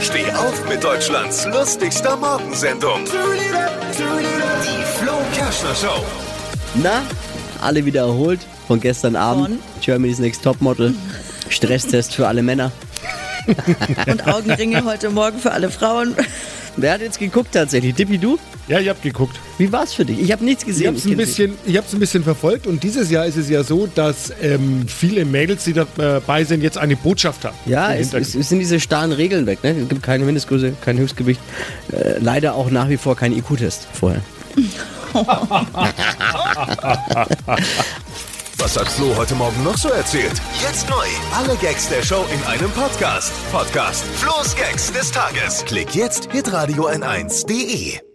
Steh auf mit Deutschlands lustigster Morgensendung. Die Flo Kerschner Show. Na, alle wieder erholt von gestern Abend. Germany's Next Topmodel. Stresstest für alle Männer. Und Augenringe heute Morgen für alle Frauen. Wer hat jetzt geguckt tatsächlich? Dippi, du? Ja, ich habe geguckt. Wie war's für dich? Ich habe nichts gesehen. Ich habe es ein bisschen verfolgt und dieses Jahr ist es ja so, dass viele Mädels, die dabei sind, jetzt eine Botschaft haben. Ja, es sind diese starren Regeln weg. Ne? Es gibt keine Mindestgröße, kein Höchstgewicht. Leider auch nach wie vor kein IQ-Test vorher. Was hat Flo heute Morgen noch so erzählt? Jetzt neu. Alle Gags der Show in einem Podcast. Flo's Gags des Tages. Klick jetzt hitradio n1.de.